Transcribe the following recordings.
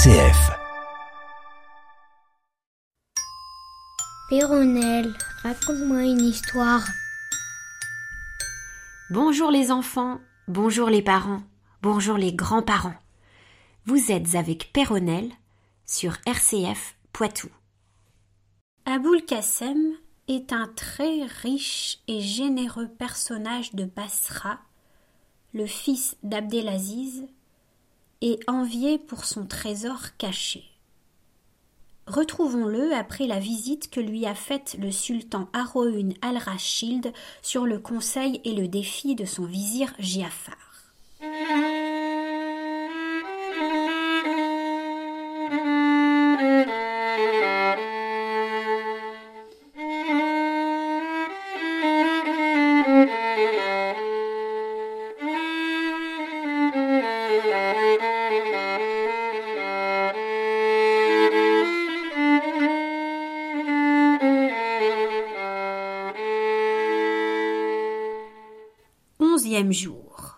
RCF. Péronnelle, raconte-moi une histoire. Bonjour les enfants, bonjour les parents, bonjour les grands-parents. Vous êtes avec Péronnelle sur RCF Poitou. Aboul Qassem est un très riche et généreux personnage de Basra, le fils d'Abdelaziz, et envié pour son trésor caché. Retrouvons-le après la visite que lui a faite le sultan Haroun al-Rachid sur le conseil et le défi de son vizir Giafar. Onzième jour.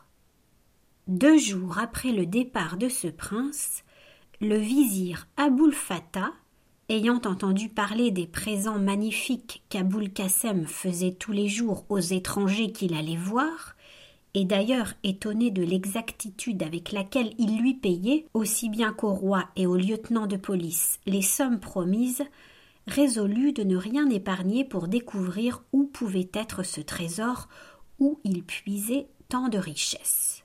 2 jours après le départ de ce prince, le vizir Aboul Fatah, ayant entendu parler des présents magnifiques qu'Aboul Qassem faisait tous les jours aux étrangers qu'il allait voir, et d'ailleurs étonné de l'exactitude avec laquelle il lui payait, aussi bien qu'au roi et au lieutenant de police, les sommes promises, résolut de ne rien épargner pour découvrir où pouvait être ce trésor, où il puisait tant de richesses.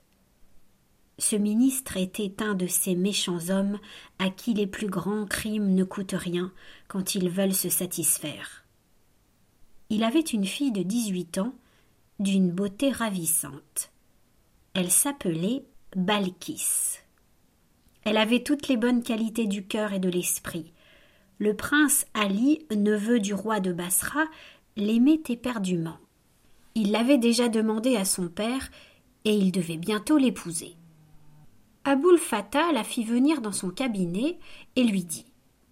Ce ministre était un de ces méchants hommes à qui les plus grands crimes ne coûtent rien quand ils veulent se satisfaire. Il avait une fille de 18 ans, d'une beauté ravissante. Elle s'appelait Balkis. Elle avait toutes les bonnes qualités du cœur et de l'esprit. Le prince Ali, neveu du roi de Basra, l'aimait éperdument. Il l'avait déjà demandé à son père et il devait bientôt l'épouser. Aboul Fatah la fit venir dans son cabinet et lui dit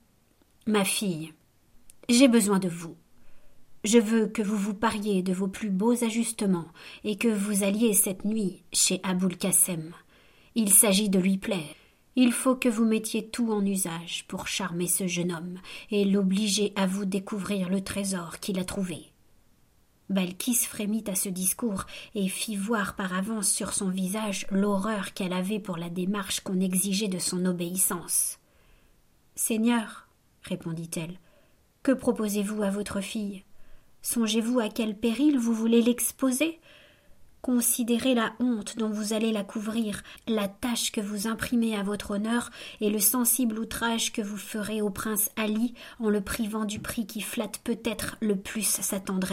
« Ma fille, j'ai besoin de vous. Je veux que vous vous pariez de vos plus beaux ajustements et que vous alliez cette nuit chez Aboul Qassem. Il s'agit de lui plaire. Il faut que vous mettiez tout en usage pour charmer ce jeune homme et l'obliger à vous découvrir le trésor qu'il a trouvé. » Balkis frémit à ce discours et fit voir par avance sur son visage l'horreur qu'elle avait pour la démarche qu'on exigeait de son obéissance. « Seigneur, répondit-elle, que proposez-vous à votre fille? Songez-vous à quel péril vous voulez l'exposer? Considérez la honte dont vous allez la couvrir, la tâche que vous imprimez à votre honneur et le sensible outrage que vous ferez au prince Ali en le privant du prix qui flatte peut-être le plus sa tendresse. »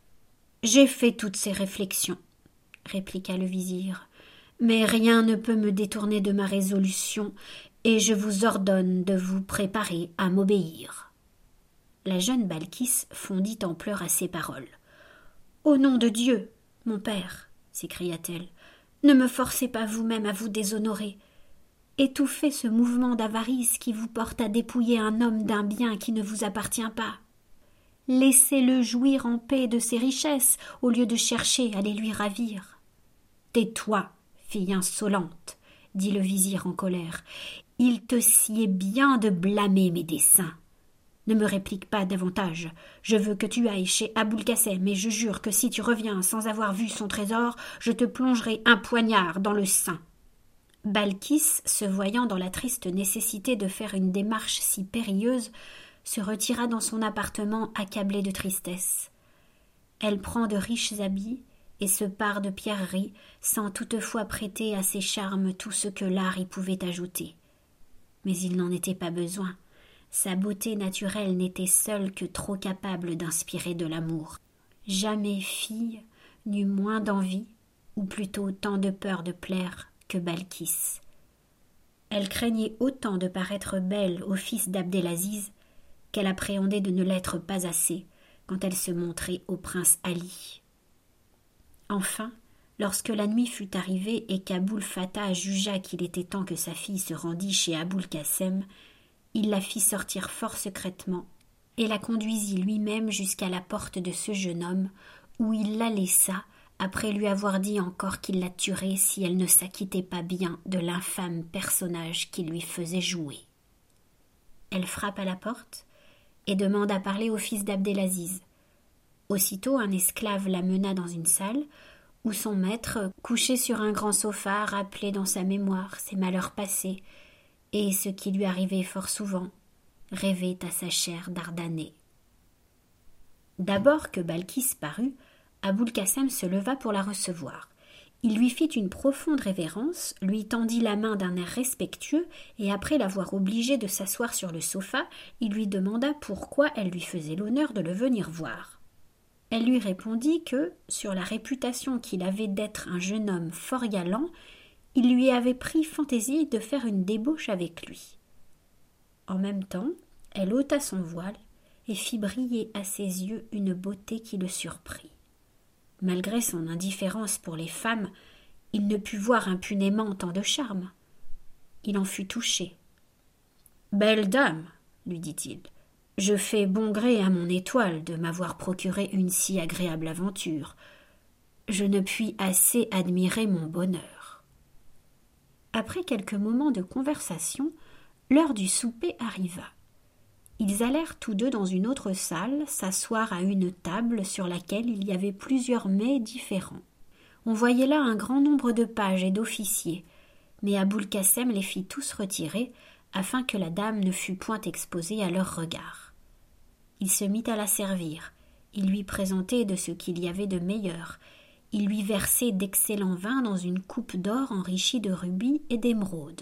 « J'ai fait toutes ces réflexions, répliqua le vizir, mais rien ne peut me détourner de ma résolution, et je vous ordonne de vous préparer à m'obéir. » La jeune Balkis fondit en pleurs à ces paroles. « Au nom de Dieu, mon père, s'écria-t-elle, ne me forcez pas vous-même à vous déshonorer. Étouffez ce mouvement d'avarice qui vous porte à dépouiller un homme d'un bien qui ne vous appartient pas. Laissez-le jouir en paix de ses richesses, au lieu de chercher à les lui ravir. »« Tais-toi, fille insolente, » dit le vizir en colère. « Il te sied bien de blâmer mes desseins. Ne me réplique pas davantage. Je veux que tu ailles chez Aboul Qassem, et je jure que si tu reviens sans avoir vu son trésor, je te plongerai un poignard dans le sein. » Balkis, se voyant dans la triste nécessité de faire une démarche si périlleuse, se retira dans son appartement accablée de tristesse. Elle prend de riches habits et se pare de pierreries sans toutefois prêter à ses charmes tout ce que l'art y pouvait ajouter. Mais il n'en était pas besoin. Sa beauté naturelle n'était seule que trop capable d'inspirer de l'amour. Jamais fille n'eut moins d'envie, ou plutôt tant de peur de plaire, que Balkis. Elle craignait autant de paraître belle au fils d'Abdelaziz qu'elle appréhendait de ne l'être pas assez quand elle se montrait au prince Ali. Enfin, lorsque la nuit fut arrivée et qu'Aboul Fatah jugea qu'il était temps que sa fille se rendît chez Aboul Qassem, il la fit sortir fort secrètement et la conduisit lui-même jusqu'à la porte de ce jeune homme, où il la laissa après lui avoir dit encore qu'il la tuerait si elle ne s'acquittait pas bien de l'infâme personnage qui lui faisait jouer. Elle frappe à la porte et demande à parler au fils d'Abdelaziz. Aussitôt un esclave la mena dans une salle où son maître, couché sur un grand sofa, rappelait dans sa mémoire ses malheurs passés et ce qui lui arrivait fort souvent, rêvait à sa chair dardanée. D'abord que Balkis parut, Aboul Qassem se leva pour la recevoir. Il lui fit une profonde révérence, lui tendit la main d'un air respectueux, et après l'avoir obligée de s'asseoir sur le sofa, il lui demanda pourquoi elle lui faisait l'honneur de le venir voir. Elle lui répondit que, sur la réputation qu'il avait d'être un jeune homme fort galant, il lui avait pris fantaisie de faire une débauche avec lui. En même temps, elle ôta son voile et fit briller à ses yeux une beauté qui le surprit. Malgré son indifférence pour les femmes, il ne put voir impunément tant de charme. Il en fut touché. « Belle dame, lui dit-il, je fais bon gré à mon étoile de m'avoir procuré une si agréable aventure. Je ne puis assez admirer mon bonheur. » Après quelques moments de conversation, l'heure du souper arriva. Ils allèrent tous deux dans une autre salle, s'asseoir à une table sur laquelle il y avait plusieurs mets différents. On voyait là un grand nombre de pages et d'officiers, mais Aboul Qassem les fit tous retirer, afin que la dame ne fût point exposée à leurs regards. Il se mit à la servir, il lui présentait de ce qu'il y avait de meilleur, il lui versait d'excellents vins dans une coupe d'or enrichie de rubis et d'émeraudes.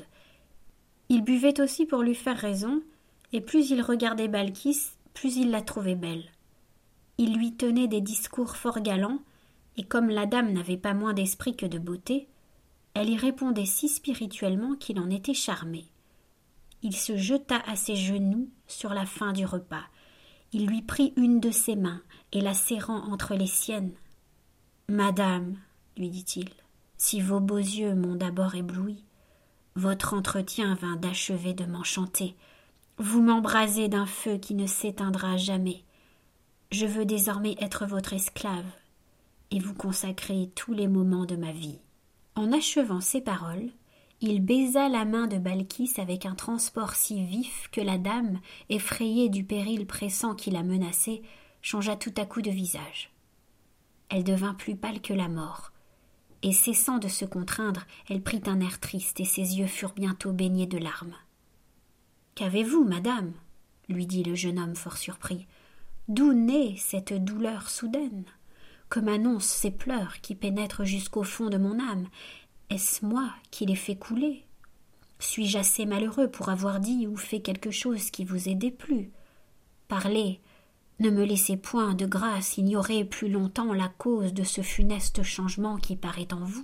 Il buvait aussi pour lui faire raison, et plus il regardait Balkis, plus il la trouvait belle. Il lui tenait des discours fort galants, et comme la dame n'avait pas moins d'esprit que de beauté, elle y répondait si spirituellement qu'il en était charmé. Il se jeta à ses genoux sur la fin du repas. Il lui prit une de ses mains et la serrant entre les siennes. « Madame, lui dit-il, si vos beaux yeux m'ont d'abord ébloui, votre entretien vint d'achever de m'enchanter. Vous m'embrasez d'un feu qui ne s'éteindra jamais. Je veux désormais être votre esclave et vous consacrer tous les moments de ma vie. » En achevant ces paroles, il baisa la main de Balkis avec un transport si vif que la dame, effrayée du péril pressant qui la menaçait, changea tout à coup de visage. Elle devint plus pâle que la mort, et cessant de se contraindre, elle prit un air triste et ses yeux furent bientôt baignés de larmes. « Qu'avez-vous, madame ?» lui dit le jeune homme fort surpris. « D'où naît cette douleur soudaine ? Que m'annoncent ces pleurs qui pénètrent jusqu'au fond de mon âme ? Est-ce moi qui les fais couler ? Suis-je assez malheureux pour avoir dit ou fait quelque chose qui vous ait déplu ? Parlez, ne me laissez point de grâce ignorer plus longtemps la cause de ce funeste changement qui paraît en vous. »«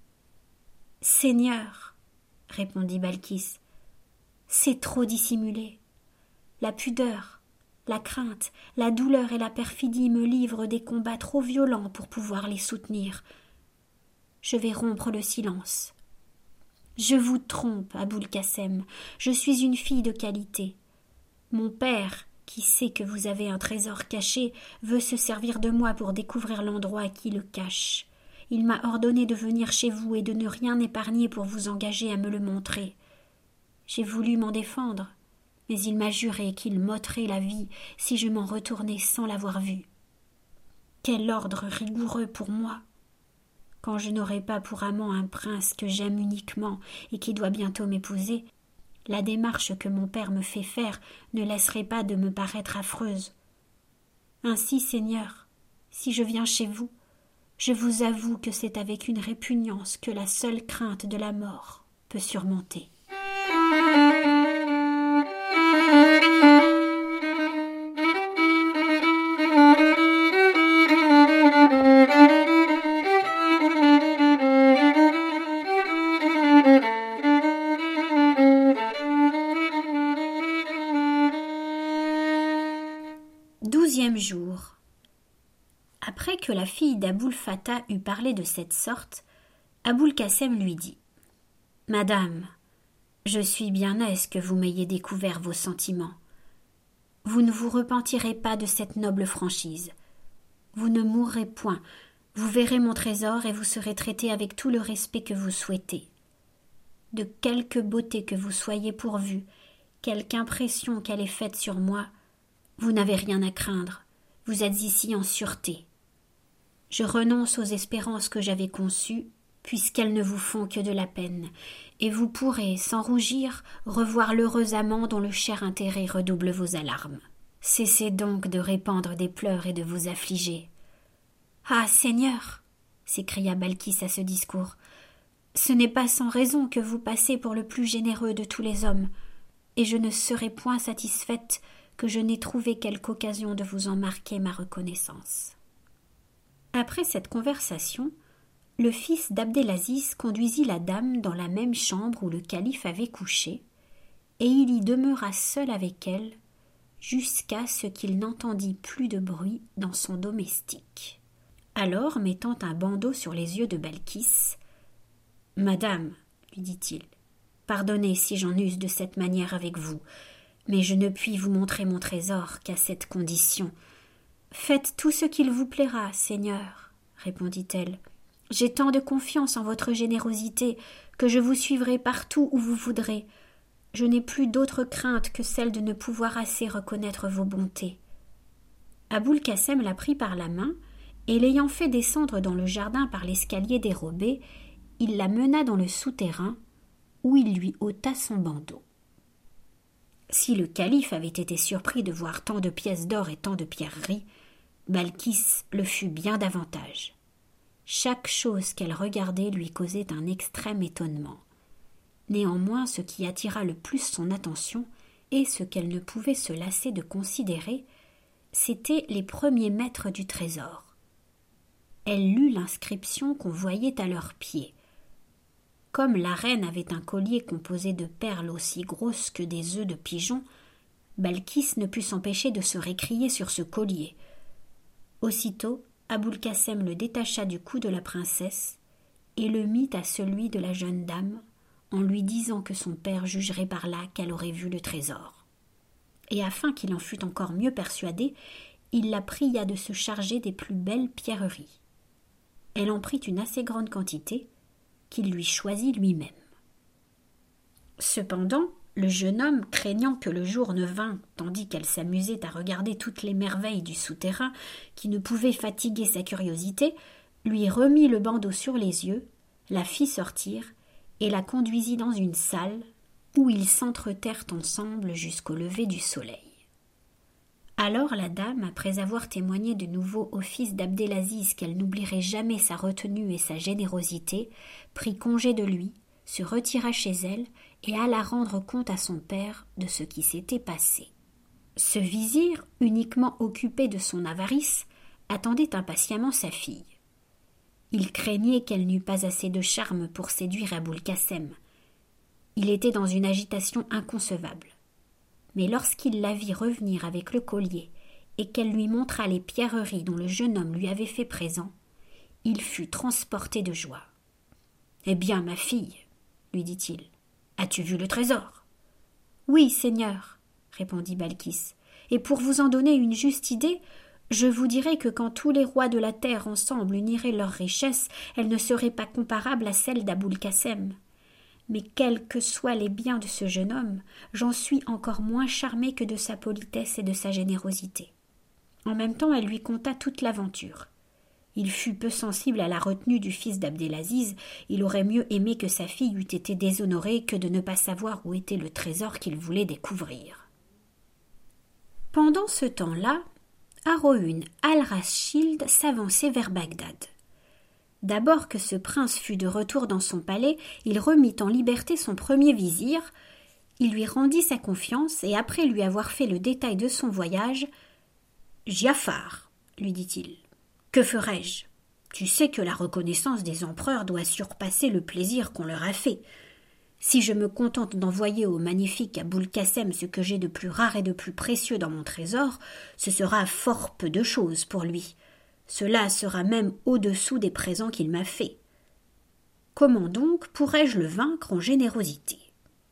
Seigneur, répondit Balkis, c'est trop dissimulé. La pudeur, la crainte, la douleur et la perfidie me livrent des combats trop violents pour pouvoir les soutenir. Je vais rompre le silence. Je vous trompe, Aboul Qassem, je suis une fille de qualité. Mon père, qui sait que vous avez un trésor caché, veut se servir de moi pour découvrir l'endroit qui le cache. Il m'a ordonné de venir chez vous et de ne rien épargner pour vous engager à me le montrer. J'ai voulu m'en défendre, mais il m'a juré qu'il m'ôterait la vie si je m'en retournais sans l'avoir vu. Quel ordre rigoureux pour moi! Quand je n'aurai pas pour amant un prince que j'aime uniquement et qui doit bientôt m'épouser, la démarche que mon père me fait faire ne laisserait pas de me paraître affreuse. Ainsi, Seigneur, si je viens chez vous, je vous avoue que c'est avec une répugnance que la seule crainte de la mort peut surmonter. Jour. Après que la fille d'Aboul Fatah eut parlé de cette sorte, Aboul Qassem lui dit « Madame, je suis bien aise que vous m'ayez découvert vos sentiments. Vous ne vous repentirez pas de cette noble franchise. Vous ne mourrez point, Vous verrez mon trésor et vous serez traité avec tout le respect que vous souhaitez. De quelque beauté que vous soyez pourvu, quelque impression qu'elle ait faite sur moi, vous n'avez rien à craindre, vous êtes ici en sûreté. Je renonce aux espérances que j'avais conçues, puisqu'elles ne vous font que de la peine, et vous pourrez, sans rougir, revoir l'heureux amant dont le cher intérêt redouble vos alarmes. Cessez donc de répandre des pleurs et de vous affliger. « Ah, Seigneur !» s'écria Balkis à ce discours. « Ce n'est pas sans raison que vous passez pour le plus généreux de tous les hommes, et je ne serai point satisfaite que je n'ai trouvé quelque occasion de vous en marquer ma reconnaissance. » Après cette conversation, le fils d'Abdelaziz conduisit la dame dans la même chambre où le calife avait couché, et il y demeura seul avec elle, jusqu'à ce qu'il n'entendît plus de bruit dans son domestique. Alors, mettant un bandeau sur les yeux de Balkis, « Madame, lui dit-il, pardonnez si j'en use de cette manière avec vous, mais je ne puis vous montrer mon trésor qu'à cette condition. Faites tout ce qu'il vous plaira, Seigneur, répondit-elle. J'ai tant de confiance en votre générosité que je vous suivrai partout où vous voudrez. Je n'ai plus d'autre crainte que celle de ne pouvoir assez reconnaître vos bontés. Aboul Qassem la prit par la main, et l'ayant fait descendre dans le jardin par l'escalier dérobé, il la mena dans le souterrain, où il lui ôta son bandeau. Si le calife avait été surpris de voir tant de pièces d'or et tant de pierreries, Balkis le fut bien davantage. Chaque chose qu'elle regardait lui causait un extrême étonnement. Néanmoins, ce qui attira le plus son attention, et ce qu'elle ne pouvait se lasser de considérer, c'étaient les premiers mètres du trésor. Elle lut l'inscription qu'on voyait à leurs pieds. Comme la reine avait un collier composé de perles aussi grosses que des œufs de pigeon, Balkis ne put s'empêcher de se récrier sur ce collier. Aussitôt, Aboul Qassem le détacha du cou de la princesse et le mit à celui de la jeune dame, en lui disant que son père jugerait par là qu'elle aurait vu le trésor. Et afin qu'il en fût encore mieux persuadé, il la pria de se charger des plus belles pierreries. Elle en prit une assez grande quantité, qu'il lui choisit lui-même. Cependant, le jeune homme, craignant que le jour ne vînt, tandis qu'elle s'amusait à regarder toutes les merveilles du souterrain, qui ne pouvaient fatiguer sa curiosité, lui remit le bandeau sur les yeux, la fit sortir, et la conduisit dans une salle, où ils s'entretèrent ensemble jusqu'au lever du soleil. Alors la dame, après avoir témoigné de nouveau au fils d'Abdelaziz qu'elle n'oublierait jamais sa retenue et sa générosité, prit congé de lui, se retira chez elle et alla rendre compte à son père de ce qui s'était passé. Ce vizir, uniquement occupé de son avarice, attendait impatiemment sa fille. Il craignait qu'elle n'eût pas assez de charme pour séduire Aboul Qassem. Il était dans une agitation inconcevable. Mais lorsqu'il la vit revenir avec le collier et qu'elle lui montra les pierreries dont le jeune homme lui avait fait présent, il fut transporté de joie. « Eh bien, ma fille, lui dit-il, as-tu vu le trésor ?»« Oui, Seigneur, répondit Balkis, et pour vous en donner une juste idée, je vous dirai que quand tous les rois de la terre ensemble uniraient leurs richesses, elles ne seraient pas comparables à celles d'Aboul Qassem. Mais quels que soient les biens de ce jeune homme, j'en suis encore moins charmée que de sa politesse et de sa générosité. » En même temps, elle lui conta toute l'aventure. Il fut peu sensible à la retenue du fils d'Abdelaziz, il aurait mieux aimé que sa fille eût été déshonorée que de ne pas savoir où était le trésor qu'il voulait découvrir. Pendant ce temps-là, Haroun al-Rashid s'avançait vers Bagdad. D'abord que ce prince fut de retour dans son palais, il remit en liberté son premier vizir, il lui rendit sa confiance et après lui avoir fait le détail de son voyage, « Giafar, lui dit-il, que ferai-je ? Tu sais que la reconnaissance des empereurs doit surpasser le plaisir qu'on leur a fait. Si je me contente d'envoyer au magnifique Aboul Qassem ce que j'ai de plus rare et de plus précieux dans mon trésor, ce sera fort peu de choses pour lui. Cela sera même au-dessous des présents qu'il m'a faits. Comment donc pourrais-je le vaincre en générosité ? »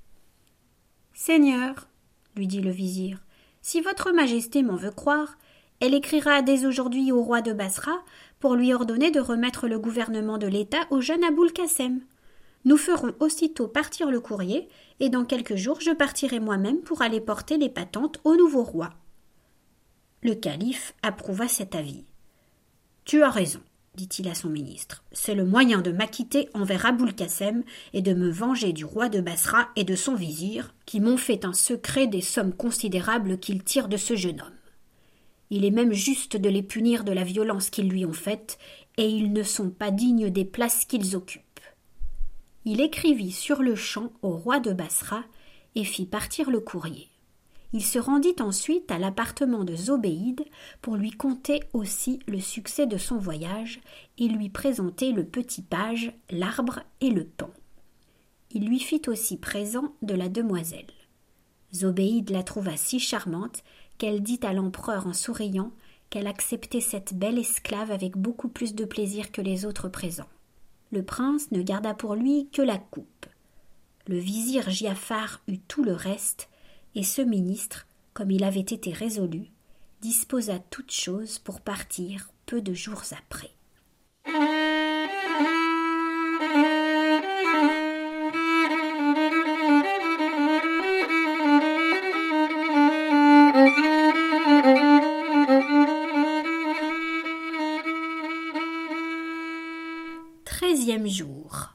« Seigneur, lui dit le vizir, si votre majesté m'en veut croire, Elle écrira dès aujourd'hui au roi de Basra pour lui ordonner de remettre le gouvernement de l'État au jeune Aboul Qassem. Nous ferons aussitôt partir le courrier, et dans quelques jours je partirai moi-même pour aller porter les patentes au nouveau roi. » Le calife approuva cet avis. « Tu as raison, dit-il à son ministre. C'est le moyen de m'acquitter envers Aboul Qassem et de me venger du roi de Basra et de son vizir, qui m'ont fait un secret des sommes considérables qu'ils tirent de ce jeune homme. Il est même juste de les punir de la violence qu'ils lui ont faite, et ils ne sont pas dignes des places qu'ils occupent. » Il écrivit sur-le-champ au roi de Basra et fit partir le courrier. Il se rendit ensuite à l'appartement de Zobéide pour lui conter aussi le succès de son voyage et lui présenter le petit page, l'arbre et le paon. Il lui fit aussi présent de la demoiselle. Zobéide la trouva si charmante qu'elle dit à l'empereur en souriant qu'elle acceptait cette belle esclave avec beaucoup plus de plaisir que les autres présents. Le prince ne garda pour lui que la coupe. Le vizir Giafar eut tout le reste, et ce ministre, comme il avait été résolu, disposa toutes choses pour partir peu de jours après. Jour.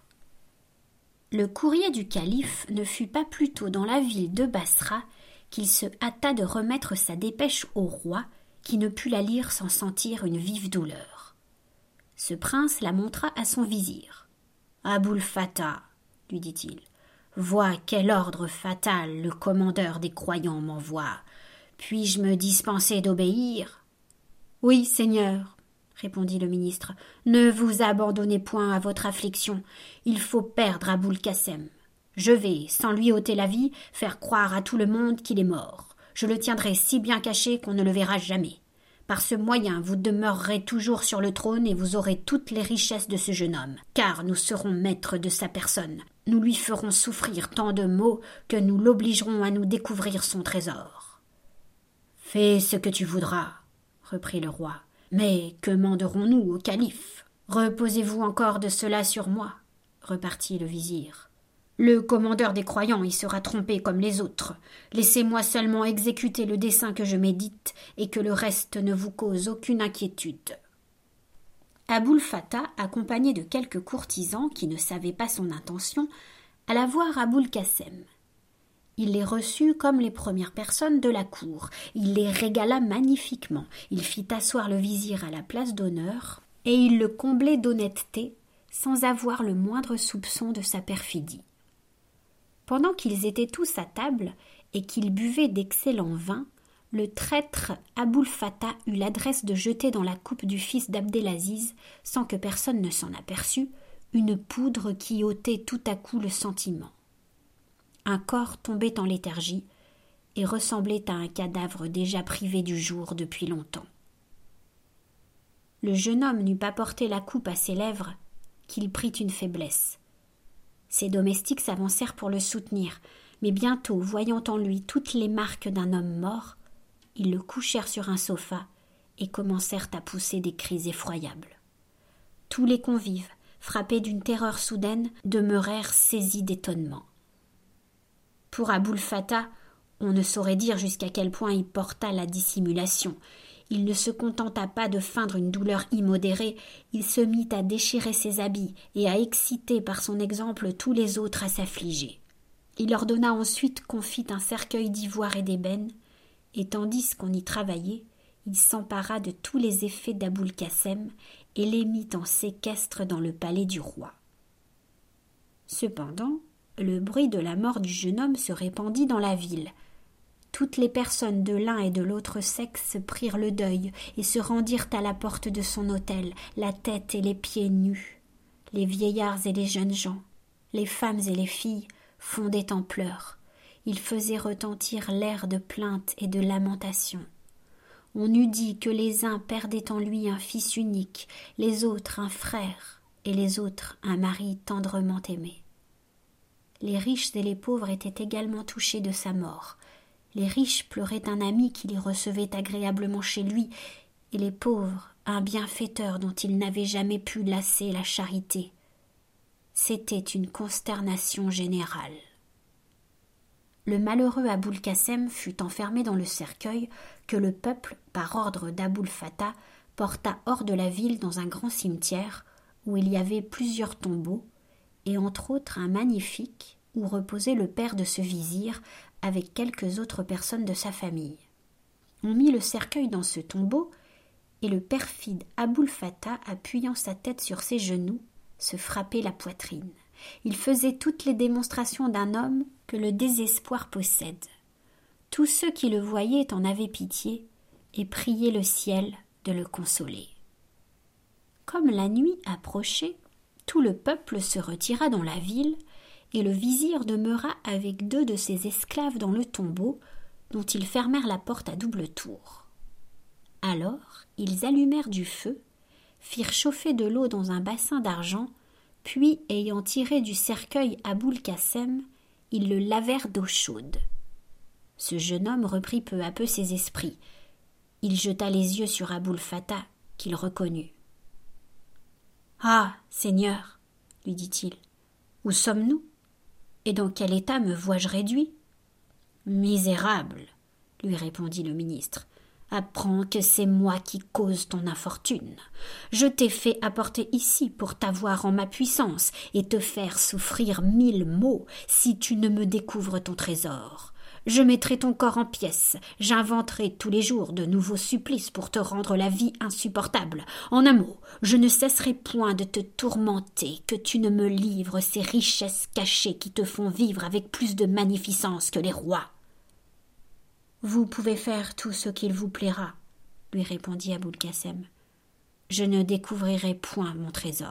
Le courrier du calife ne fut pas plus tôt dans la ville de Basra qu'il se hâta de remettre sa dépêche au roi, qui ne put la lire sans sentir une vive douleur. Ce prince la montra à son vizir. « Aboul Fatah, lui dit-il, vois quel ordre fatal le commandeur des croyants m'envoie. Puis-je me dispenser d'obéir ?»« Oui, seigneur, » répondit le ministre, « ne vous abandonnez point à votre affliction. Il faut perdre Aboul Qassem. Je vais, sans lui ôter la vie, faire croire à tout le monde qu'il est mort. Je le tiendrai si bien caché qu'on ne le verra jamais. Par ce moyen, vous demeurerez toujours sur le trône et vous aurez toutes les richesses de ce jeune homme, car nous serons maîtres de sa personne. Nous lui ferons souffrir tant de maux que nous l'obligerons à nous découvrir son trésor. »« Fais ce que tu voudras, » reprit le roi. « Mais que manderons-nous au calife ? Reposez-vous encore de cela sur moi, » repartit le vizir. « Le commandeur des croyants y sera trompé comme les autres. Laissez-moi seulement exécuter le dessein que je médite et que le reste ne vous cause aucune inquiétude. » Aboul Fatah, accompagné de quelques courtisans qui ne savaient pas son intention, alla voir Aboul Qassem. Il les reçut comme les premières personnes de la cour. Il les régala magnifiquement. Il fit asseoir le vizir à la place d'honneur et il le comblait d'honnêteté sans avoir le moindre soupçon de sa perfidie. Pendant qu'ils étaient tous à table et qu'ils buvaient d'excellents vins, le traître Aboul Fatah eut l'adresse de jeter dans la coupe du fils d'Abdelaziz, sans que personne ne s'en aperçût, une poudre qui ôtait tout à coup le sentiment. Un corps tombait en léthargie et ressemblait à un cadavre déjà privé du jour depuis longtemps. Le jeune homme n'eut pas porté la coupe à ses lèvres qu'il prit une faiblesse. Ses domestiques s'avancèrent pour le soutenir, mais bientôt, voyant en lui toutes les marques d'un homme mort, ils le couchèrent sur un sofa et commencèrent à pousser des cris effroyables. Tous les convives, frappés d'une terreur soudaine, demeurèrent saisis d'étonnement. Pour Aboul Fatah, on ne saurait dire jusqu'à quel point il porta la dissimulation. Il ne se contenta pas de feindre une douleur immodérée, il se mit à déchirer ses habits et à exciter par son exemple tous les autres à s'affliger. Il ordonna ensuite qu'on fît un cercueil d'ivoire et d'ébène, et tandis qu'on y travaillait, il s'empara de tous les effets d'Aboul Qassem et les mit en séquestre dans le palais du roi. Cependant, le bruit de la mort du jeune homme se répandit dans la ville. Toutes les personnes de l'un et de l'autre sexe prirent le deuil et se rendirent à la porte de son hôtel, la tête et les pieds nus. Les vieillards et les jeunes gens, les femmes et les filles fondaient en pleurs. Ils faisaient retentir l'air de plainte et de lamentation. On eût dit que les uns perdaient en lui un fils unique, les autres un frère, et les autres un mari tendrement aimé. Les riches et les pauvres étaient également touchés de sa mort, Les riches pleuraient un ami qui les recevait agréablement chez lui, et les pauvres un bienfaiteur dont ils n'avaient jamais pu lasser la charité. C'était une consternation générale. Le malheureux Aboul Qassem fut enfermé dans le cercueil que le peuple, par ordre d'Aboul Fattah, porta hors de la ville dans un grand cimetière où il y avait plusieurs tombeaux, et entre autres un magnifique où reposait le père de ce vizir avec quelques autres personnes de sa famille. On mit le cercueil dans ce tombeau, et le perfide Aboul Fattah, appuyant sa tête sur ses genoux, se frappait la poitrine. Il faisait toutes les démonstrations d'un homme que le désespoir possède. Tous ceux qui le voyaient en avaient pitié et priaient le ciel de le consoler. Comme la nuit approchait, tout le peuple se retira dans la ville, et le vizir demeura avec 2 de ses esclaves dans le tombeau, dont ils fermèrent la porte à double tour. Alors, ils allumèrent du feu, firent chauffer de l'eau dans un bassin d'argent, puis, ayant tiré du cercueil Aboul Qassem, ils le lavèrent d'eau chaude. Ce jeune homme reprit peu à peu ses esprits. Il jeta les yeux sur Aboul Fattah, qu'il reconnut. « Ah, Seigneur, lui dit-il, où sommes-nous? Et dans quel état me vois-je réduit? »« Misérable, lui répondit le ministre, apprends que c'est moi qui cause ton infortune. Je t'ai fait apporter ici pour t'avoir en ma puissance et te faire souffrir 1000 maux si tu ne me découvres ton trésor. Je mettrai ton corps en pièces, j'inventerai tous les jours de nouveaux supplices pour te rendre la vie insupportable. En un mot, je ne cesserai point de te tourmenter que tu ne me livres ces richesses cachées qui te font vivre avec plus de magnificence que les rois. » « Vous pouvez faire tout ce qu'il vous plaira, » lui répondit Aboul Qassem. « Je ne découvrirai point mon trésor. »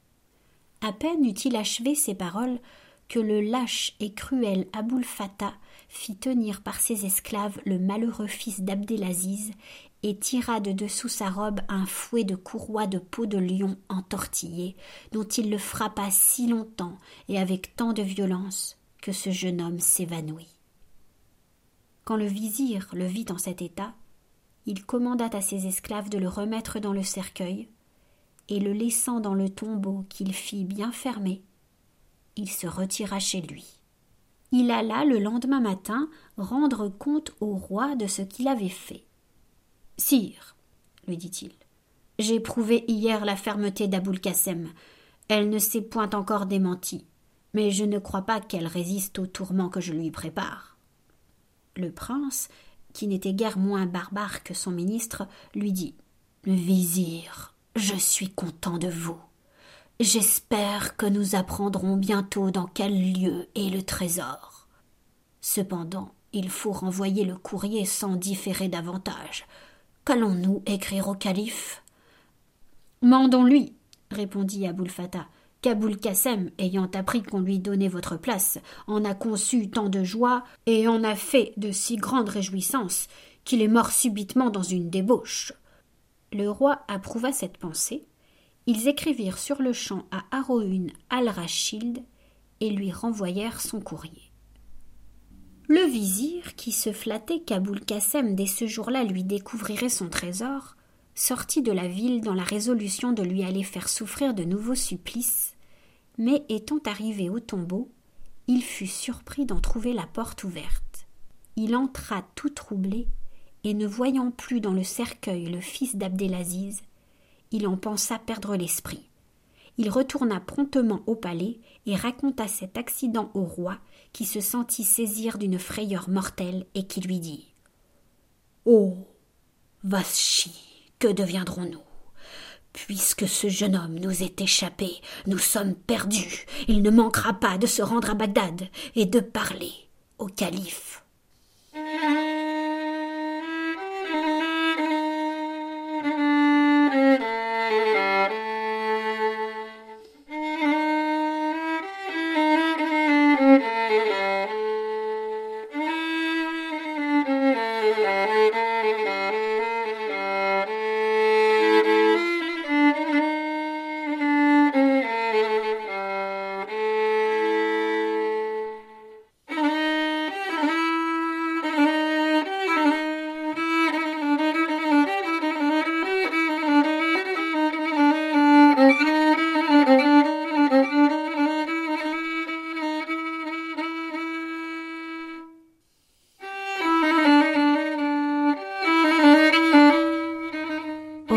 À peine eut-il achevé ces paroles que le lâche et cruel Aboul Fattah fit tenir par ses esclaves le malheureux fils d'Abdelaziz et tira de dessous sa robe un fouet de courroie de peau de lion entortillée, dont il le frappa si longtemps et avec tant de violence que ce jeune homme s'évanouit. Quand le vizir le vit en cet état, il commanda à ses esclaves de le remettre dans le cercueil, et le laissant dans le tombeau qu'il fit bien fermer, il se retira chez lui. Il alla le lendemain matin rendre compte au roi de ce qu'il avait fait. « Sire, lui dit-il, j'ai prouvé hier la fermeté d'Aboul Qassem. Elle ne s'est point encore démentie, mais je ne crois pas qu'elle résiste aux tourments que je lui prépare. » Le prince, qui n'était guère moins barbare que son ministre, lui dit « Vizir, je suis content de vous. J'espère que nous apprendrons bientôt dans quel lieu est le trésor. Cependant, il faut renvoyer le courrier sans différer davantage. Qu'allons-nous écrire au calife ?»« Mandons-lui, » répondit Aboul Fattah, qu'Aboul Qassem, ayant appris qu'on lui donnait votre place, en a conçu tant de joie et en a fait de si grandes réjouissances qu'il est mort subitement dans une débauche. » Le roi approuva cette pensée. Ils écrivirent sur le champ à Haroun al-Rachid et lui renvoyèrent son courrier. Le vizir, qui se flattait qu'Aboul Qassem dès ce jour-là lui découvrirait son trésor, sortit de la ville dans la résolution de lui aller faire souffrir de nouveaux supplices, mais étant arrivé au tombeau, il fut surpris d'en trouver la porte ouverte. Il entra tout troublé, et ne voyant plus dans le cercueil le fils d'Abdelaziz, il en pensa perdre l'esprit. Il retourna promptement au palais et raconta cet accident au roi, qui se sentit saisir d'une frayeur mortelle et qui lui dit « Oh, Vaschi, que deviendrons-nous? Puisque ce jeune homme nous est échappé, nous sommes perdus. Il ne manquera pas de se rendre à Bagdad et de parler au calife. »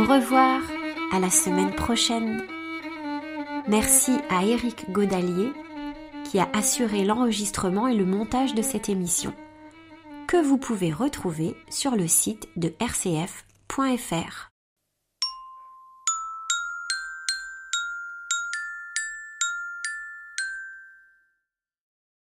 Au revoir, à la semaine prochaine. Merci à Éric Godalier qui a assuré l'enregistrement et le montage de cette émission, que vous pouvez retrouver sur le site de rcf.fr.